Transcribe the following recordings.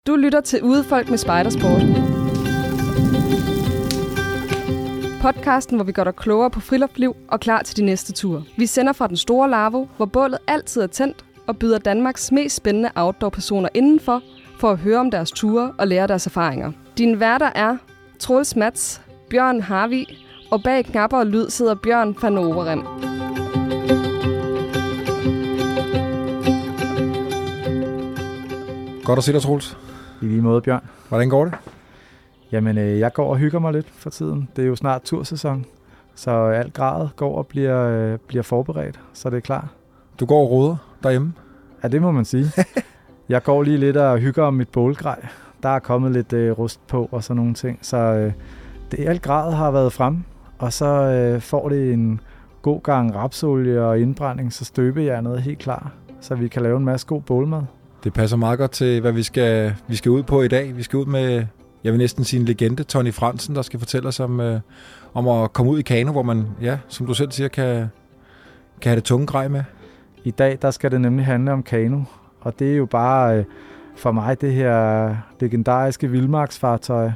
Du lytter til Udefolk med Spejdersport. Podcasten, hvor vi gør dig klogere på friluftsliv og klar til de næste ture. Vi sender fra den store Larvo, hvor bålet altid er tændt, og byder Danmarks mest spændende outdoor-personer indenfor, for at høre om deres ture og lære deres erfaringer. Dine værter er Troels Mats, Bjørn Harvig, og bag knapper og lyd sidder Bjørn van Overem. Godt at se dig, Troels. I lige måde, Bjørn. Hvordan går det? Jamen, jeg går og hygger mig lidt for tiden. Det er jo snart tursæson, så alt gradet går og bliver forberedt, så det er klar. Du går og roder derhjemme? Ja, det må man sige. Jeg går lige lidt og hygger om mit bålgrej. Der er kommet lidt rust på og sådan nogle ting, så alt gradet har været frem, og så får det en god gang rapsolie og indbrænding, så støbejernet er helt klar, så vi kan lave en masse god bålmad. Det passer meget godt til, hvad vi skal ud på i dag. Vi skal ud med, jeg vil næsten sige en legende, Tonni Frantzen, der skal fortælle os om at komme ud i kano, hvor man, ja, som du selv siger, kan have det tunge grej med. I dag, der skal det nemlig handle om kano, og det er jo bare for mig det her legendariske vildmarksfartøj,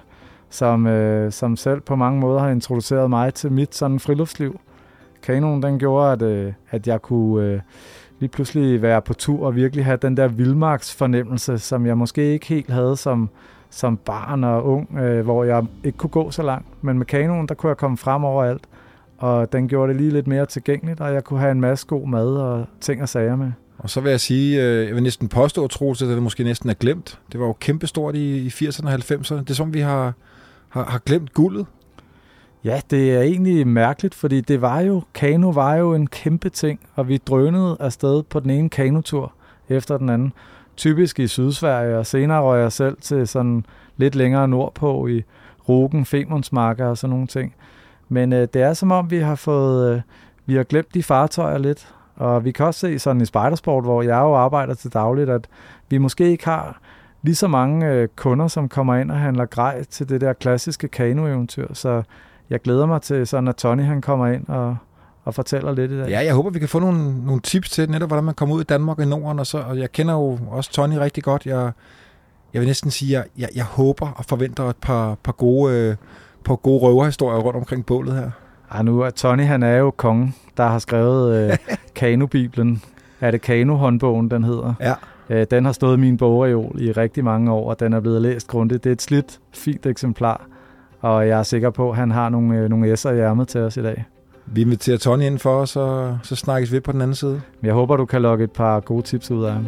som selv på mange måder har introduceret mig til mit sådan friluftsliv. Kanoen, den gjorde, at jeg kunne lige pludselig være på tur og virkelig have den der vildmarksfornemmelse, som jeg måske ikke helt havde som barn og ung, hvor jeg ikke kunne gå så langt. Men med kanoen, der kunne jeg komme frem overalt, og den gjorde det lige lidt mere tilgængeligt, og jeg kunne have en masse god mad og ting og sager med. Og så vil jeg sige, jeg vil næsten påstå, Troels, at det måske næsten er glemt. Det var jo kæmpestort i 80'erne og 90'erne. Det er som, vi har glemt guldet. Ja, det er egentlig mærkeligt, fordi kano var jo en kæmpe ting, og vi drønede afsted på den ene kanotur efter den anden. Typisk i Sydsverige, og senere røg jeg selv til sådan lidt længere nordpå i Roggen, Femundsmarker og sådan nogle ting. Men det er som om, vi har glemt de fartøjer lidt, og vi kan også se sådan i Spejdersport, hvor jeg jo arbejder til dagligt, at vi måske ikke har lige så mange kunder, som kommer ind og handler grej til det der klassiske kanoeventyr, så jeg glæder mig til sådan, at Tonni han kommer ind og fortæller lidt i dag. Ja, jeg håber, vi kan få nogle tips til netop, hvordan man kommer ud i Danmark og i Norden, og jeg kender jo også Tonni rigtig godt. Jeg vil næsten sige, at jeg håber og forventer et par gode røverhistorier rundt omkring bålet her. Nu er Tonni, han er jo kongen, der har skrevet Kanobibelen. Er det Kano-håndbogen, den hedder? Ja. Den har stået i min bogreol i rigtig mange år, og den er blevet læst grundigt. Det er et slidt, fint eksemplar, og jeg er sikker på, at han har nogle s'er i ærmet til os i dag. Vi inviterer Tonni ind for, og så snakkes vi på den anden side. Jeg håber, du kan lokke et par gode tips ud af ham.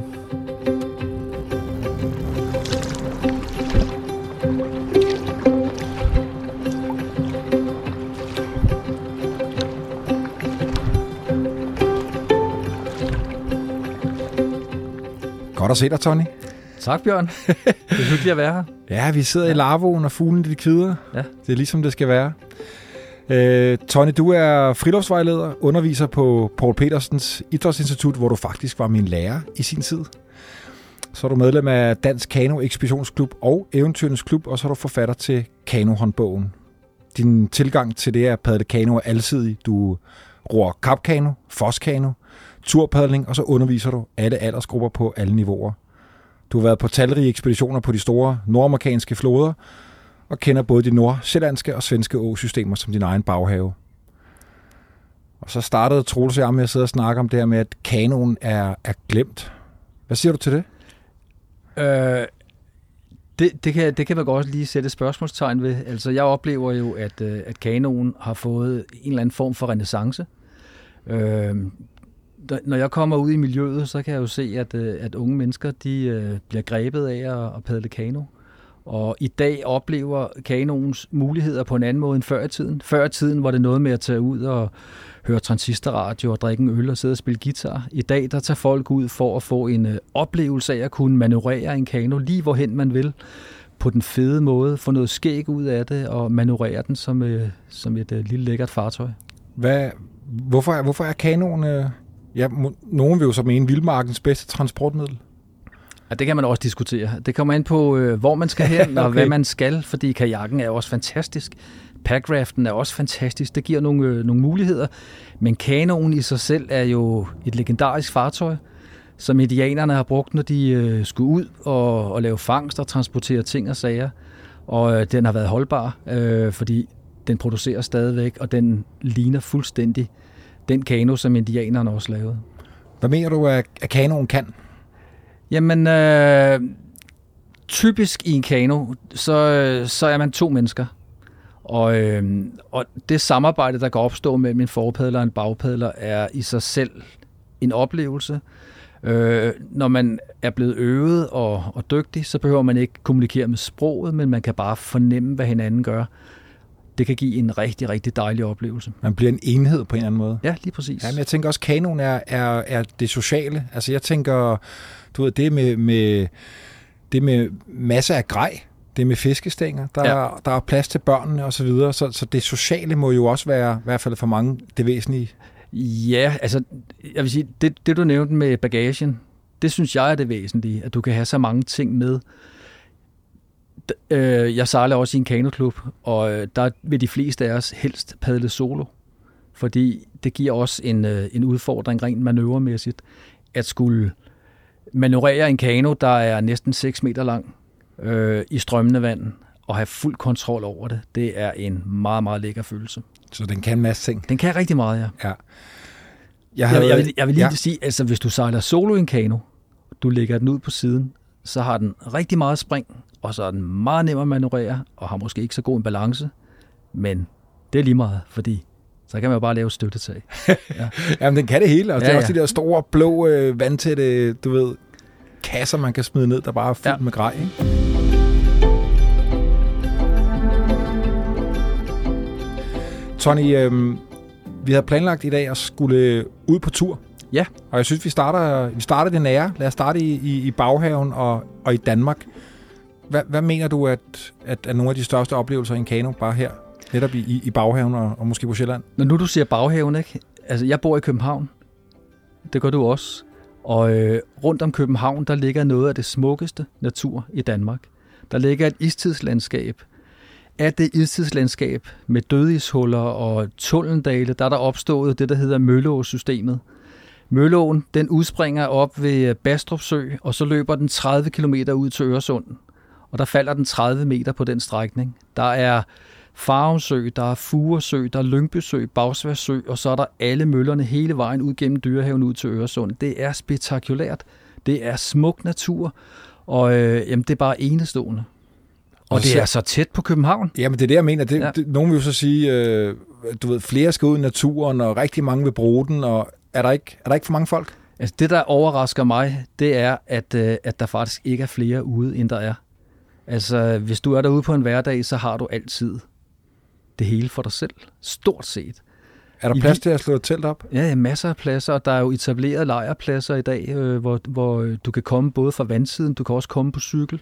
Godt at se dig, Tonni. Tak, Bjørn. Det er hyggeligt at være her. Ja, vi sidder i Larvoen, og fuglen de kvider. Ja. Det er ligesom det skal være. Tonni, du er friluftsvejleder, underviser på Poul Petersens Idrætsinstitut, hvor du faktisk var min lærer i sin tid. Så er du medlem af Dansk Kano Ekspeditionsklub og Eventyrenes Klub, og så er du forfatter til Kanohåndbogen. Din tilgang til det at padle kano er alsidig. Du roer kapkano, foskano, turpadling, og så underviser du alle aldersgrupper på alle niveauer. Du har været på talrige ekspeditioner på de store nordamerikanske floder, og kender både de nordsjællandske og svenske åsystemer som din egen baghave. Og så startede Troels og jeg med at sidde og snakke om det her med, at kanoen er glemt. Hvad siger du til det? Det kan man godt lige sætte spørgsmålstegn ved. Altså, jeg oplever jo, at kanoen har fået en eller anden form for renæssance. Når jeg kommer ud i miljøet, så kan jeg jo se, at unge mennesker de bliver grebet af at padle kano. Og i dag oplever kanoens muligheder på en anden måde end før i tiden. Før i tiden var det noget med at tage ud og høre transistorradio og drikke en øl og sidde og spille guitar. I dag der tager folk ud for at få en oplevelse af at kunne manøvrere en kano lige hvorhen man vil. På den fede måde, få noget skæg ud af det og manøvrere den som et lille lækkert fartøj. Hvorfor er kanoen... nogen vil jo så mene vildmarkens bedste transportmiddel. Ja, det kan man også diskutere. Det kommer ind på, hvor man skal hen, og hvad man skal, fordi kajakken er også fantastisk. Packraften er også fantastisk. Det giver nogle muligheder. Men kanoen i sig selv er jo et legendarisk fartøj, som indianerne har brugt, når de skulle ud og lave fangst og transportere ting og sager. Og den har været holdbar, fordi den producerer stadigvæk, og den ligner fuldstændig den kano, som indianerne også lavede. Hvad mener du, at kanoen kan? Jamen, typisk i en kano, så er man 2 mennesker. Og det samarbejde, der kan opstå mellem en forpadler og en bagpadler, er i sig selv en oplevelse. Når man er blevet øvet og dygtig, så behøver man ikke kommunikere med sproget, men man kan bare fornemme, hvad hinanden gør. Det kan give en rigtig, rigtig dejlig oplevelse. Man bliver en enhed på en eller anden måde. Ja, lige præcis. Ja, men jeg tænker også, at kanoen er det sociale. Altså jeg tænker, du ved, det med masser af grej, det med fiskestænger, der er plads til børnene og så videre, så det sociale må jo også være, i hvert fald for mange, det væsentlige. Ja, altså jeg vil sige, det du nævnte med bagagen, det synes jeg er det væsentlige, at du kan have så mange ting med. Jeg sejler også i en kanoklub, og der vil de fleste af os helst padle solo, fordi det giver også en udfordring rent manøvremæssigt, at skulle manøvrere en kano, der er næsten 6 meter lang i strømmende vand, og have fuld kontrol over det. Det er en meget, meget lækker følelse. Så den kan en masse ting? Den kan rigtig meget, ja. Jeg vil lige sige, altså hvis du sejler solo i en kano, du lægger den ud på siden, så har den rigtig meget spring, og så er den meget nem at manøvrere, og har måske ikke så god en balance, men det er lige meget, fordi så kan man jo bare lave støttetag. Ja. Jamen, den kan det hele. Altså, det er også de der store, blå, vandtætte, du ved, kasser, man kan smide ned, der bare er fyldt med grej, ikke? Tony, vi havde planlagt i dag at skulle ud på tur. Ja. Og jeg synes, vi starter det nære. Lad os starte i baghaven og i Danmark. Hvad mener du, at er nogle af de største oplevelser i en kano bare her? Netop i baghaven og måske på Sjælland? Når nu du siger baghaven, ikke? Altså, jeg bor i København. Det gør du også. Og rundt om København, der ligger noget af det smukkeste natur i Danmark. Der ligger et istidslandskab. Af det istidslandskab med dødishuller og tunnelendale, der er der opstået det, der hedder Mølleåsystemet. Mølleåen, den udspringer op ved Bastrup Sø, og så løber den 30 km ud til Øresund. Og der falder den 30 meter på den strækning. Der er Farum Sø, der er Furesø, der er Lyngby Sø, Bagsværd Sø, og så er der alle møllerne hele vejen ud gennem Dyrehaven ud til Øresund. Det er spektakulært. Det er smuk natur, og jamen, det er bare enestående. Og det er så tæt på København. Jamen, det er det, jeg mener. Nogen vil jo så sige, du ved, flere skal ud i naturen, og rigtig mange vil bruge den, og er der ikke for mange folk? Altså, det, der overrasker mig, det er, at der faktisk ikke er flere ude, end der er. Altså, hvis du er derude på en hverdag, så har du altid det hele for dig selv. Stort set. Er der plads til at slå et telt op? Ja, masser af pladser, og der er jo etableret lejrpladser i dag, hvor du kan komme både fra vandsiden, du kan også komme på cykel,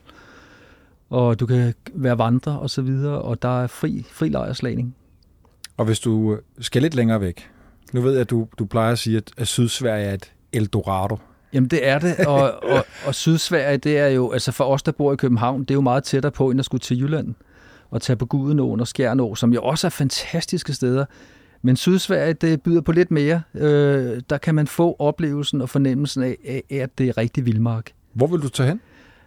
og du kan være vandrer og så videre, og der er fri lejrslagning. Og hvis du skal lidt længere væk, nu ved jeg, at du plejer at sige, at Sydsverige er et Eldorado. Jamen det er det, og Sydsverige, det er jo, altså for os, der bor i København, det er jo meget tættere på, end at skulle til Jylland og tage på Gudenåen og Skjernå, som jo også er fantastiske steder. Men Sydsverige, det byder på lidt mere. Der kan man få oplevelsen og fornemmelsen af, at det er rigtig vildmark. Hvor vil du tage hen?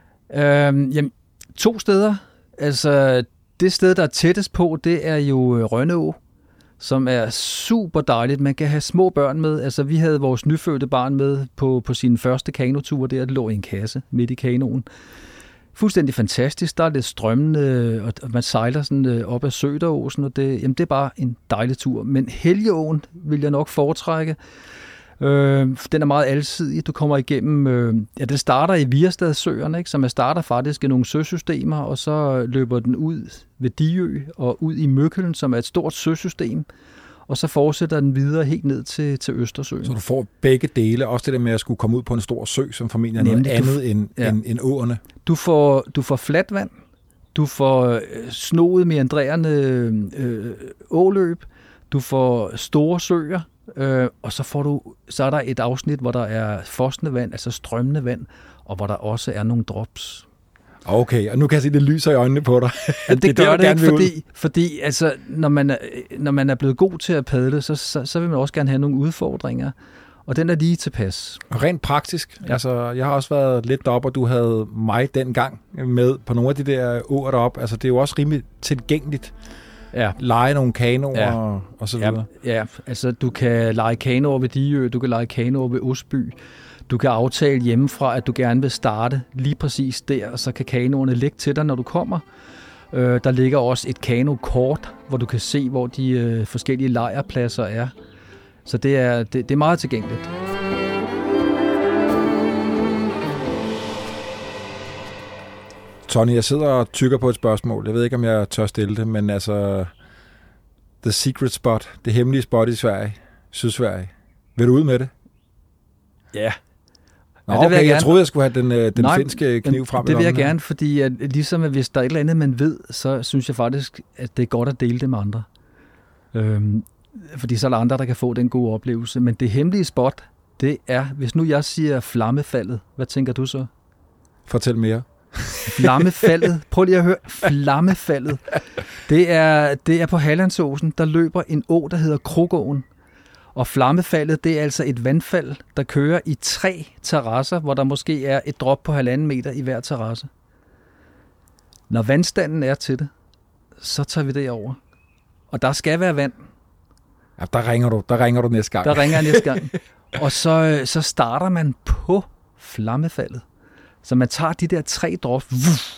Jamen, 2 steder. Altså, det sted, der er tættest på, det er jo Rønneå, som er super dejligt. Man kan have små børn med. Altså, vi havde vores nyfødte barn med på sin første kanotur der. Det lå i en kasse midt i kanoen. Fuldstændig fantastisk. Der er lidt strømmende, og man sejler sådan op ad Søderåsen, og det er bare en dejlig tur. Men Helgeåen vil jeg nok foretrække. Den er meget alsidig. Du kommer igennem, det starter i Virstadsøerne, ikke? Som starter faktisk i nogle søsystemer, og så løber den ud ved Diø og ud i Møkkeln, som er et stort søsystem, og så fortsætter den videre helt ned til Østersøen. Så du får begge dele, også det der med at skulle komme ud på en stor sø, som formentlig er noget andet end åerne. Du får fladt vand, du får snoet meandrerende åløb, du får store søer, og så er der et afsnit, hvor der er fossende vand, altså strømmende vand, og hvor der også er nogle drops. Okay, og nu kan jeg se, det lyser i øjnene på dig. Ja, det gør det, fordi altså, når man er blevet god til at padle, så vil man også gerne have nogle udfordringer. og den er lige tilpas. Rent praktisk, altså jeg har også været lidt deroppe, og du havde mig dengang med på nogle af de der åer deroppe. Altså det er jo også rimelig tilgængeligt. Ja. Lege nogle kanoer og så videre. Ja, altså du kan lege kanoer ved Diø, du kan lege kanoer ved Osby. Du kan aftale hjemmefra, at du gerne vil starte lige præcis der, og så kan kanoerne ligge til dig, når du kommer. Der ligger også et kanokort, hvor du kan se, hvor de forskellige lejrpladser er. Så det er meget tilgængeligt. Tony, jeg sidder og tykker på et spørgsmål. Jeg ved ikke, om jeg tør stille det, men altså The Secret Spot, det hemmelige spot i Sverige, Sydsverige. Vil du ud med det? Ja. Nå, ja, okay, jeg troede, jeg skulle have den finske kniv frem. Det vil jeg gerne, fordi at, ligesom at hvis der er et eller andet, man ved, så synes jeg faktisk, at det er godt at dele det med andre. Fordi så er der andre, der kan få den gode oplevelse. Men det hemmelige spot, det er, hvis nu jeg siger flammefaldet, hvad tænker du så? Fortæl mere. Flammefaldet. Prøv lige at høre. Flammefaldet. Det er på Hallandsåsen, der løber en å, der hedder Krogåen. Og flammefaldet, det er altså et vandfald, der kører i 3 terrasser, hvor der måske er et drop på 1,5 meter i hver terrasse. Når vandstanden er til det, så tager vi det over. Og der skal være vand. Ja, der ringer du næste gang. Der ringer jeg næste gang. Og så starter man på flammefaldet. Så man tager de der 3 drops,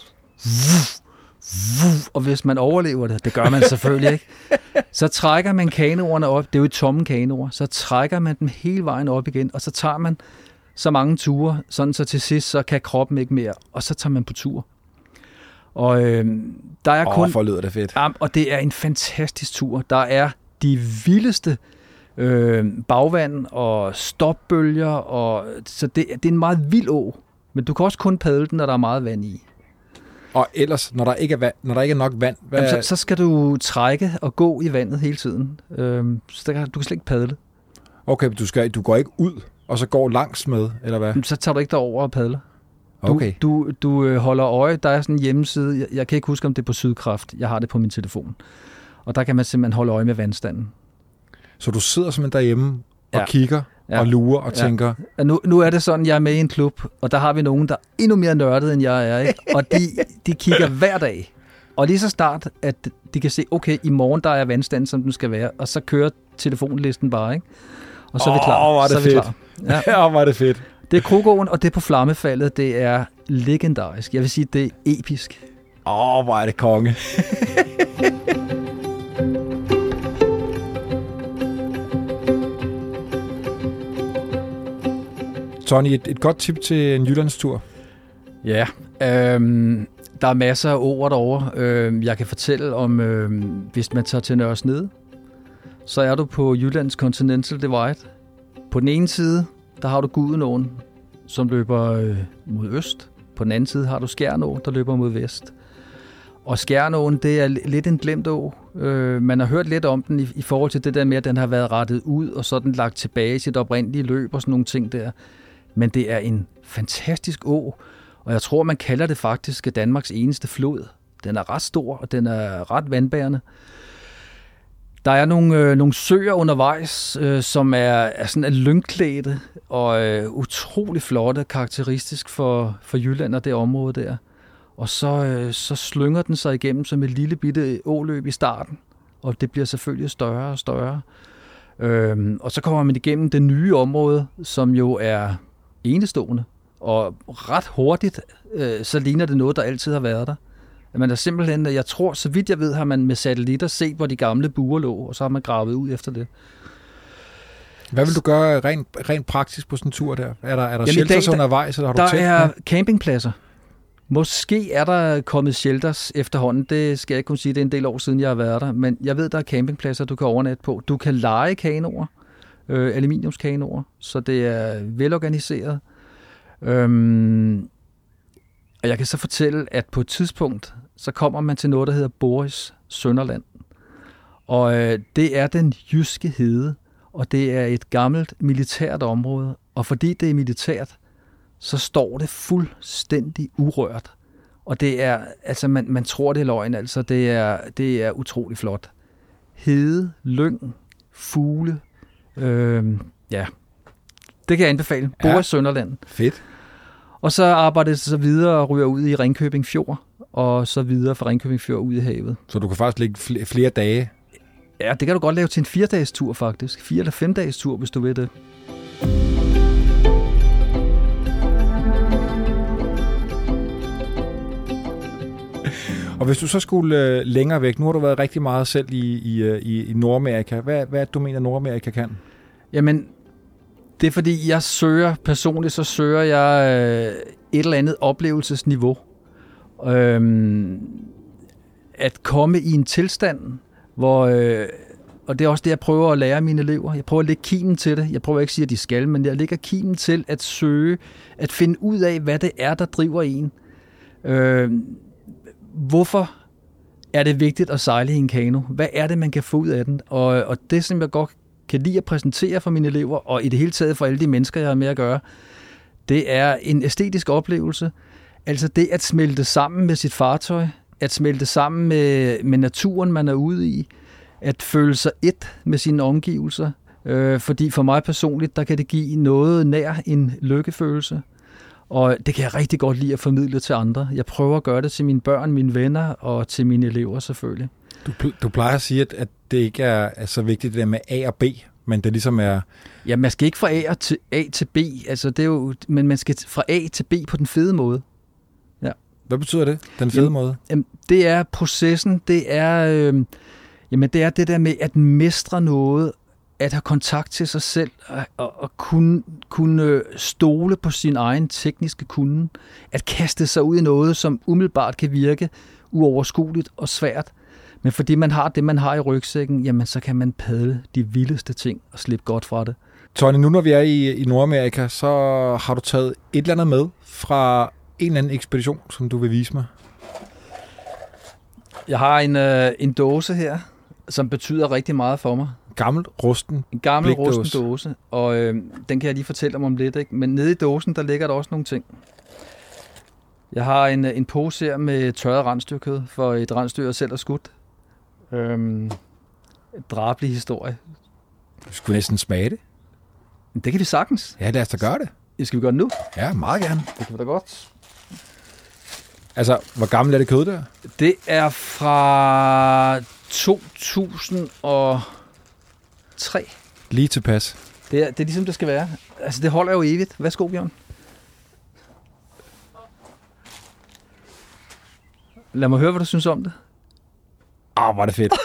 og hvis man overlever det gør man selvfølgelig ikke, så trækker man kanoerne op, det er jo et tomme kanoer, så trækker man dem hele vejen op igen, og så tager man så mange ture, sådan så til sidst, så kan kroppen ikke mere, og så tager man på tur. Og der er kun... for lyder det fedt. Og det er en fantastisk tur. Der er de vildeste bagvand og stopbølger, og så det er en meget vild å. Men du kan også kun padle den, når der er meget vand i. Og ellers, når der ikke er nok vand... Jamen, så skal du trække og gå i vandet hele tiden. Så du kan slet ikke padle. Okay, du går ikke ud, og så går langs med, eller hvad? Så tager du ikke derover og padler. Okay. Du holder øje. Der er sådan en hjemmeside. Jeg kan ikke huske, om det er på Sydkraft. Jeg har det på min telefon. Og der kan man simpelthen holde øje med vandstanden. Så du sidder simpelthen derhjemme og kigger og lurer og tænker... Nu er det sådan, jeg er med i en klub, og der har vi nogen, der er endnu mere nørdet, end jeg er. Ikke? Og de kigger hver dag. Og lige så snart, at de kan se, okay, i morgen der er vandstanden, som den skal være, og så kører telefonlisten bare, ikke? Og så er vi klar. Var det så fedt. Ja, var det fedt. Det er Krogåen, og det er på flammefaldet. Det er legendarisk. Jeg vil sige, det er episk. Hvor er det konge. Tony, et godt tip til en Jyllandstur? Ja, der er masser af ord derovre. Jeg kan fortælle om, hvis man tager til Nørresnede, så er du på Jyllands Continental Divide. På den ene side, der har du Gudenåen, som løber mod øst. På den anden side har du Skjernå, der løber mod vest. Og Skjernåen, det er lidt en glemt å. Man har hørt lidt om den i forhold til det der med, at den har været rettet ud, og så er den lagt tilbage i sit oprindelige løb og sådan nogle ting der. Men det er en fantastisk å, og jeg tror, man kalder det faktisk Danmarks eneste flod. Den er ret stor, og den er ret vandbærende. Der er nogle søer undervejs, som er sådan en lyngklædte og utrolig flotte, karakteristisk for Jylland og det område der. Og så slynger den sig igennem som et lille bitte åløb i starten, og det bliver selvfølgelig større og større. Og så kommer man igennem det nye område, som jo er enestående, og ret hurtigt, så ligner det noget, der altid har været der. Man er simpelthen, jeg tror, så vidt jeg ved, har man med satellitter set, hvor de gamle buer lå, og så har man gravet ud efter det. Hvad vil du gøre rent praktisk på sådan en tur der? Er der shelters undervejs, eller har du Der er campingpladser. Måske er der kommet shelters efterhånden. Det skal jeg ikke kunne sige, det er en del år siden, jeg har været der. Men jeg ved, der er campingpladser, du kan overnatte på. Du kan leje kanoer, aluminiumskanoer, så det er velorganiseret. Og jeg kan så fortælle, at på et tidspunkt, så kommer man til noget, der hedder Boris Sønderland. Og det er den jyske hede, og det er et gammelt militært område. Og fordi det er militært, så står det fuldstændig urørt. Og det er, altså man tror, det er løgn, altså det er utrolig flot. Hede, lyng, fugle, Det kan jeg anbefale. Bor i Sønderland. Fedt. Og så arbejder det så videre og ryger ud i Ringkøbing Fjord, og så videre fra Ringkøbing Fjord ud i havet. Så du kan faktisk ligge flere dage? Ja, det kan du godt lave til en 4-dages tur faktisk. 4 eller 5 dages tur, hvis du vil det. Og hvis du så skulle længere væk, nu har du været rigtig meget selv i Nordamerika. Hvad er det, du mener, Nordamerika kan? Jamen, det er fordi, jeg søger personligt, så søger jeg et eller andet oplevelsesniveau. At komme i en tilstand, hvor, og det er også det, jeg prøver at lære mine elever. Jeg prøver at lægge kimen til det. Jeg prøver ikke at sige, at de skal, men jeg lægger kimen til at søge, at finde ud af, hvad det er, der driver en. Hvorfor er det vigtigt at sejle i en kano? Hvad er det, man kan få ud af den? Og det, som jeg godt kan lide at præsentere for mine elever, og i det hele taget for alle de mennesker, jeg har med at gøre, det er en æstetisk oplevelse. Altså det at smelte sammen med sit fartøj, at smelte sammen med naturen, man er ude i, at føle sig et med sine omgivelser. Fordi for mig personligt, der kan det give noget nær en lykkefølelse. Og det kan jeg rigtig godt lide at formidle til andre. Jeg prøver at gøre det til mine børn, mine venner og til mine elever selvfølgelig. Du plejer at sige, at det ikke er så vigtigt det der med A og B, men det ligesom er... Ja, man skal ikke fra A til B, altså det er jo, men man skal fra A til B på den fede måde. Ja. Hvad betyder det, den fede måde? Det er processen, det er det der med at mestre noget, at have kontakt til sig selv og kunne stole på sin egen tekniske kunde, at kaste sig ud i noget, som umiddelbart kan virke uoverskueligt og svært. Men fordi man har det, man har i rygsækken, jamen så kan man padle de vildeste ting og slippe godt fra det. Tony, nu når vi er i Nordamerika, så har du taget et eller andet med fra en eller anden ekspedition, som du vil vise mig. Jeg har en dåse her, som betyder rigtig meget for mig. En rusten dåse, og den kan jeg lige fortælle om lidt. Ikke? Men nede i dåsen, der ligger der også nogle ting. Jeg har en pose her med tørret rensdyrkød for et rensdyr, jeg selv har skudt. Drabelig historie. Du skulle næsten smage det. Det kan vi sagtens. Ja, lad os da gøre det. Skal vi gøre det nu? Ja, meget gerne. Det kan vi da godt. Altså, hvor gammel er det kød der? Det er fra 2003. Lige tilpas. Det er ligesom det skal være. Altså, det holder jo evigt. Værsgo, Bjørn. Lad mig høre, hvad du synes om det. Hvor er det fedt.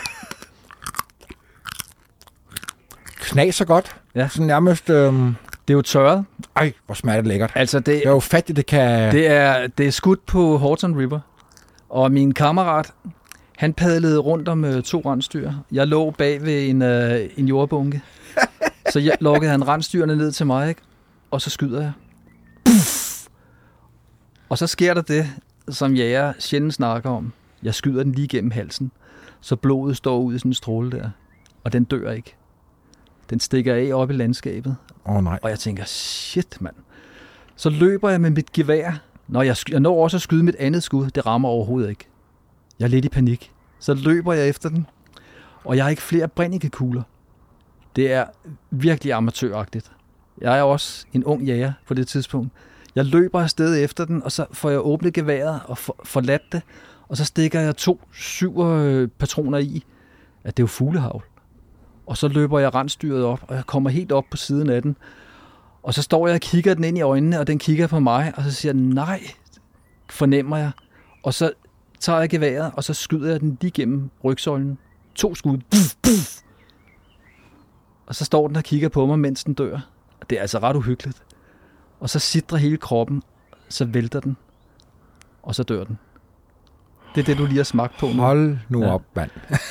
Knaser godt. Ja. Sådan nærmest... Det er jo tørret. Ej, hvor smager det lækkert. Altså, det er jo fattigt, det kan... Det er skudt på Horton River. Og min kammerat, han padlede rundt om 2 rensdyr. Jeg lå bag ved en jordbunke. Så jeg lukkede han rensdyrene ned til mig, ikke? Og så skyder jeg. Puff! Og så sker der det, som jæger sjældent snakker om. Jeg skyder den lige gennem halsen, så blodet står ud i sådan en stråle der. Og den dør ikke. Den stikker af op i landskabet. Nej. Og jeg tænker, shit mand. Så løber jeg med mit gevær. Jeg når også at skyde mit andet skud. Det rammer overhovedet ikke. Jeg er lidt i panik. Så løber jeg efter den. Og jeg har ikke flere brændikekugler. Det er virkelig amatøragtigt. Jeg er også en ung jæger på det tidspunkt. Jeg løber afsted efter den, og så får jeg åbnet geværet og forladt det. Og så stikker jeg 2 7-patroner i. At det er jo fuglehavl. Og så løber jeg rensdyret op, og jeg kommer helt op på siden af den. Og så står jeg og kigger den ind i øjnene, og den kigger på mig, og så siger den, nej, fornemmer jeg. Og så tager jeg geværet, og så skyder jeg den lige gennem rygsøjlen. 2 skud. Puff, puff. Og så står den og kigger på mig, mens den dør. Det er altså ret uhyggeligt. Og så sidder hele kroppen, så vælter den, og så dør den. Det er det, du lige har smagt på nu. Hold nu op, mand.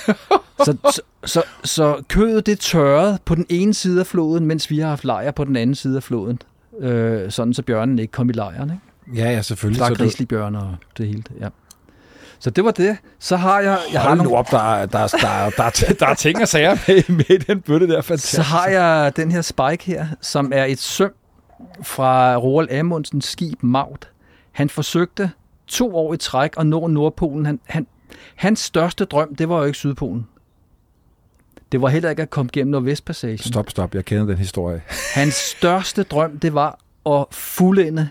Så kødet det tørret på den ene side af floden, mens vi har haft lejr på den anden side af floden. Sådan så bjørnen ikke kom i lejren, ikke? Ja, selvfølgelig. Der er grizzlybjørne og det hele, ja. Så det var det. Så har jeg har nu op, der er ting og sager med i den bøtte der. Fantastisk. Så har jeg den her spike her, som er et søm fra Roald Amundsens skib Maud. Han forsøgte 2 år i træk at nå Nordpolen. Hans største drøm, det var jo ikke Sydpolen. Det var heller ikke at komme gennem Nordvestpassagen. Stop. Jeg kender den historie. Hans største drøm, det var at fuldende,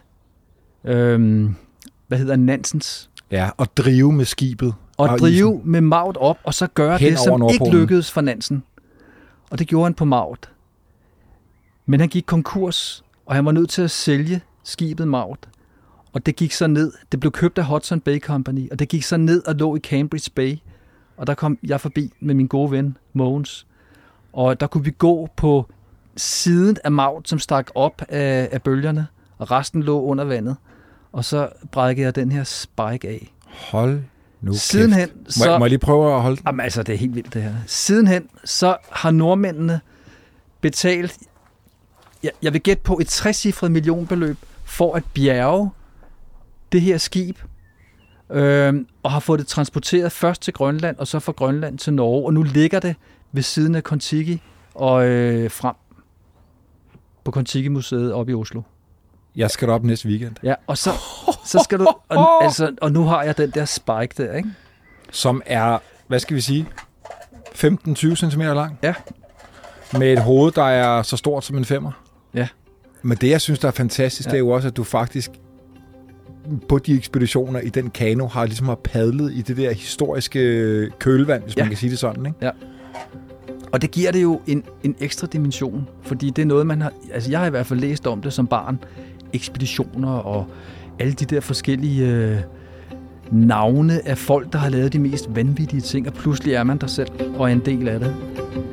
Nansens. Ja, og drive med skibet. Og drive isen. Med Maud op, og så gøre det, som ikke lykkedes for Nansen. Og det gjorde han på Maud. Men han gik konkurs, og han var nødt til at sælge skibet Maud. Og det gik så ned. Det blev købt af Hudson Bay Company, og det gik så ned og lå i Cambridge Bay. Og der kom jeg forbi med min gode ven, Mogens. Og der kunne vi gå på siden af Maud, som stak op af bølgerne, og resten lå under vandet. Og så brækkede jeg den her spike af. Hold nu Sidenhen, så, må jeg lige prøve at holde den? Jamen, altså, det er helt vildt, det her. Sidenhen, så har nordmændene betalt, jeg vil gætte på et 60-cifret millionbeløb, for at bjerge det her skib, og har fået det transporteret først til Grønland, og så fra Grønland til Norge, og nu ligger det ved siden af Kon-Tiki og frem på Kon-Tiki-museet oppe i Oslo. Jeg skal op næste weekend. Ja, og så skal du... Og nu har jeg den der spike der, ikke? Som er, hvad skal vi sige, 15-20 cm lang? Ja. Med et hoved, der er så stort som en 5'er? Ja. Men det, jeg synes, der er fantastisk, det er jo også, at du faktisk på de ekspeditioner i den kano har ligesom har padlet i det der historiske kølvand, hvis man kan sige det sådan, ikke? Ja. Og det giver det jo en ekstra dimension, fordi det er noget, man har... Altså, jeg har i hvert fald læst om det som barn. Ekspeditioner og alle de der forskellige navne af folk, der har lavet de mest vanvittige ting, og pludselig er man der selv og er en del af det.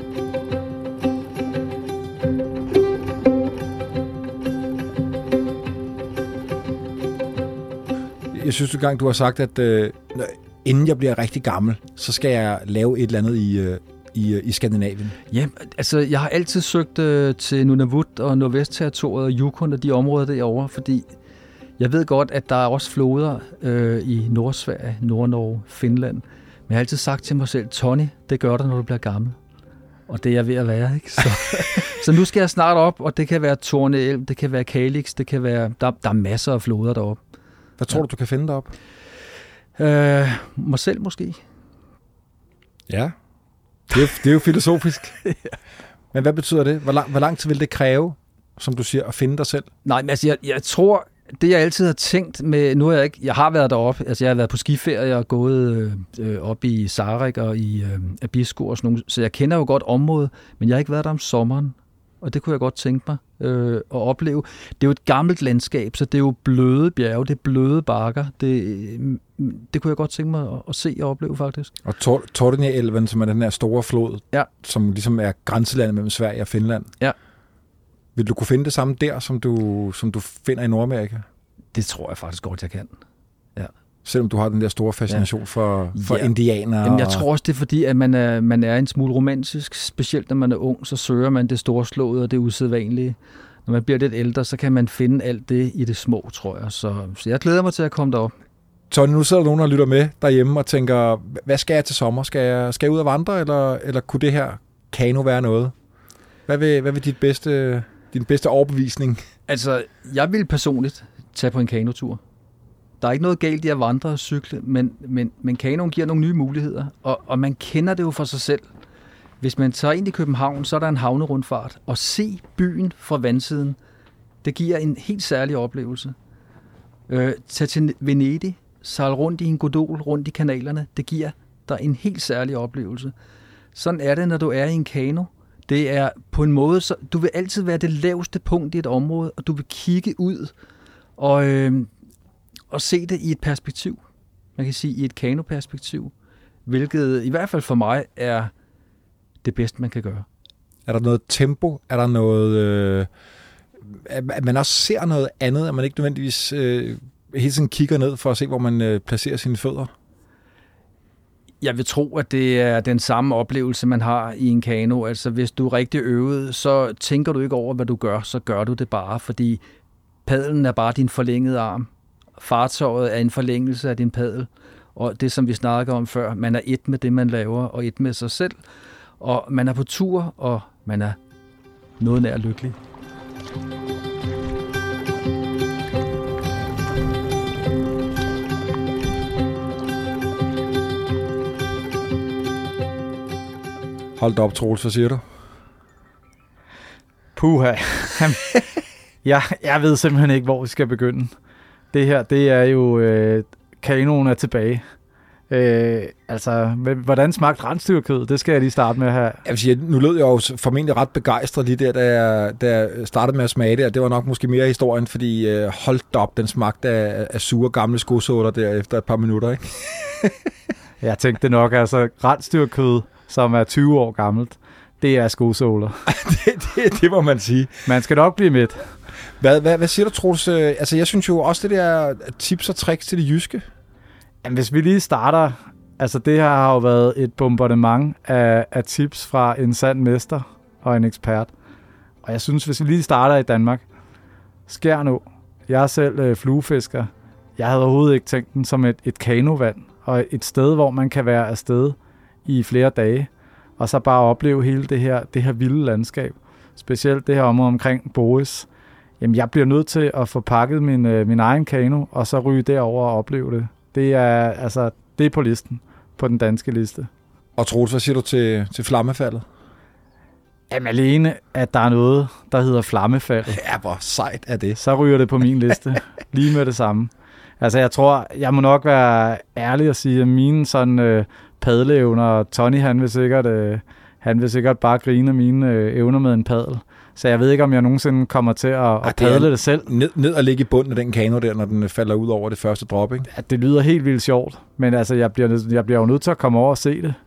Jeg synes engang, du har sagt, at inden jeg bliver rigtig gammel, så skal jeg lave et eller andet i Skandinavien. Ja, altså jeg har altid søgt til Nunavut og Nordvestterritoriet og Yukon og de områder derovre, fordi jeg ved godt, at der er også floder i Nordsverige, Nordnorge, Finland. Men jeg har altid sagt til mig selv, Tony, det gør du, når du bliver gammel. Og det er jeg ved at være, ikke? Så nu skal jeg snart op, og det kan være Torneelv, det kan være Kalix, det kan være... Der er masser af floder deroppe. Hvad tror du kan finde derop? Mig selv måske. Ja, det er jo filosofisk. Men hvad betyder det? Hvor lang tid vil det kræve, som du siger, at finde dig selv? Nej, men altså jeg tror, det jeg altid har tænkt med, nu er jeg har været deroppe, altså jeg har været på skiferie og gået op i Sarek og i Abisko og sådan nogle, så jeg kender jo godt området, men jeg har ikke været der om sommeren, og det kunne jeg godt tænke mig at opleve. Det er jo et gammelt landskab, så det er jo bløde bjerge, det er bløde bakker, det kunne jeg godt tænke mig at se og opleve faktisk. Og Torneelven, som er den her store flod, som ligesom er grænselandet mellem Sverige og Finland. Ja. Vil du kunne finde det samme der, som du finder i Nordamerika? Det tror jeg faktisk godt, jeg kan. Ja. Selvom du har den der store fascination for indianere. Jamen, jeg tror også, det er fordi, at man er en smule romantisk. Specielt når man er ung, så søger man det storslåede og det usædvanlige. Når man bliver lidt ældre, så kan man finde alt det i det små, tror jeg. Så jeg glæder mig til at komme derop. Tony, nu sidder der nogen, der lytter med derhjemme og tænker, hvad skal jeg til sommer? Skal jeg ud og vandre, eller kunne det her kano være noget? Hvad vil din bedste overbevisning? Altså, jeg vil personligt tage på en kanotur. Der er ikke noget galt i at vandre og cykle, men kanoen giver nogle nye muligheder, og man kender det jo for sig selv. Hvis man tager ind i København, så er der en havnerundfart, og se byen fra vandsiden, det giver en helt særlig oplevelse. Tag til Venedig, sejl rundt i en gondol, rundt i kanalerne, det giver dig en helt særlig oplevelse. Sådan er det, når du er i en kano. Det er på en måde, så du vil altid være det laveste punkt i et område, og du vil kigge ud og se det i et perspektiv. Man kan sige i et kanoperspektiv, hvilket i hvert fald for mig er det bedste, man kan gøre. Er der noget tempo? Er der noget... at man også ser noget andet, at man ikke nødvendigvis hele tiden kigger ned for at se, hvor man placerer sine fødder? Jeg vil tro, at det er den samme oplevelse, man har i en kano. Altså, hvis du er rigtig øvet, så tænker du ikke over, hvad du gør, så gør du det bare, fordi padlen er bare din forlængede arm. Fartøjet er en forlængelse af din paddel, og det, som vi snakker om før, man er et med det, man laver, og et med sig selv, og man er på tur, og man er noget nær lykkelig. Hold da op, Troels, hvad siger du? Puha. Jeg ved simpelthen ikke, hvor vi skal begynde. Det her, det er jo... kanoen er tilbage. Hvordan smagte rensdyrkød? Det skal jeg lige starte med her. Jeg vil sige, nu lød jeg jo formentlig ret begejstret lige der, da jeg startede med at smage det, og det var nok måske mere historien, fordi hold da op, den smagte af sure gamle skosåler der efter et par minutter, ikke? Jeg tænkte nok, altså rensdyrkød, som er 20 år gammelt, det er skosåler. det må man sige. Man skal nok blive midt. Hvad siger du, Troels? Altså, jeg synes jo også, det der tips og tricks til det jyske. Jamen, hvis vi lige starter... Altså, det her har jo været et bombardement af tips fra en sand mester og en ekspert. Og jeg synes, hvis vi lige starter i Danmark... Skjern. Jeg er selv fluefisker. Jeg havde overhovedet ikke tænkt den som et kanovand. Og et sted, hvor man kan være afsted i flere dage. Og så bare opleve hele det her vilde landskab. Specielt det her område omkring Boris. Jamen, jeg bliver nødt til at få pakket min egen kano, og så ryge derover og opleve det. Det er på listen, på den danske liste. Og Troels, hvad siger du til flammefaldet? Jamen alene, at der er noget, der hedder flammefaldet. Ja, hvor sejt er det. Så ryger det på min liste, lige med det samme. Altså jeg tror, jeg må nok være ærlig og sige, at mine sådan padleevner, og Tony han vil sikkert bare grine mine evner med en paddel. Så jeg ved ikke, om jeg nogensinde kommer til at padle det selv. Ned og ligge i bunden af den kano der, når den falder ud over det første drop, ikke? Ja, det lyder helt vildt sjovt, men altså, jeg bliver jo nødt til at komme over og se det.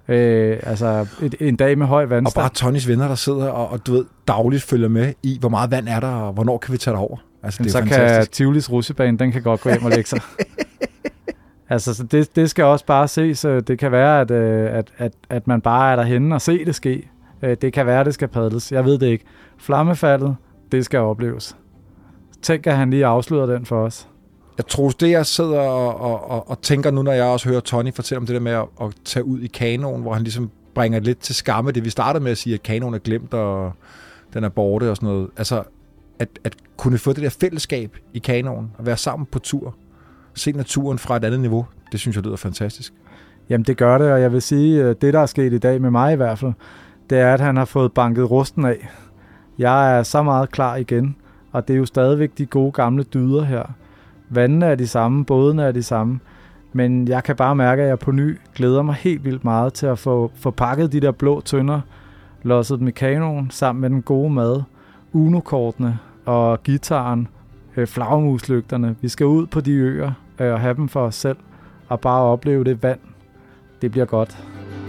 En dag med høj vandstand. Og bare Tonys venner, der sidder og du ved, dagligt følger med i, hvor meget vand er der, og hvornår kan vi tage det over. Altså, det er så fantastisk. Kan Tivolis rutsjebane, den kan godt gå hjem og lægge sig. Altså, så det skal også bare ses. Det kan være, at man bare er derhenne og se det ske. Det kan være, det skal padles. Jeg ved det ikke. Flammefaldet, det skal opleves. Tænk, at han lige afslutter den for os. Jeg tror, det jeg sidder og tænker nu, når jeg også hører Tony fortælle om det der med at tage ud i kanoen, hvor han ligesom bringer lidt til skamme. Det vi startede med at sige, at kanoen er glemt, og den er borte og sådan noget. Altså, at kunne få det der fællesskab i kanoen, og være sammen på tur, se naturen fra et andet niveau, det synes jeg lyder fantastisk. Jamen, det gør det, og jeg vil sige, det der er sket i dag med mig i hvert fald, det er, at han har fået banket rusten af. Jeg er så meget klar igen, og det er jo stadigvæk de gode gamle dyder her. Vandene er de samme, bådene er de samme, men jeg kan bare mærke, at jeg på ny glæder mig helt vildt meget til at få pakket de der blå tønder, losset dem i kanoen sammen med den gode mad, Uno-kortene og gitaren, flagermuslygterne. Vi skal ud på de øer og have dem for os selv, og bare opleve det vand. Det bliver godt.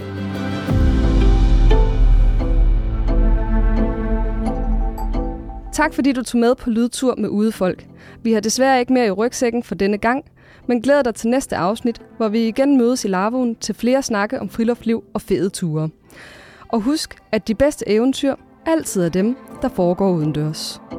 Tak fordi du tog med på lydtur med Udefolk. Vi har desværre ikke mere i rygsækken for denne gang, men glæder dig til næste afsnit, hvor vi igen mødes i Lavvoen til flere snakke om friluftsliv og fede ture. Og husk, at de bedste eventyr altid er dem, der foregår udendørs.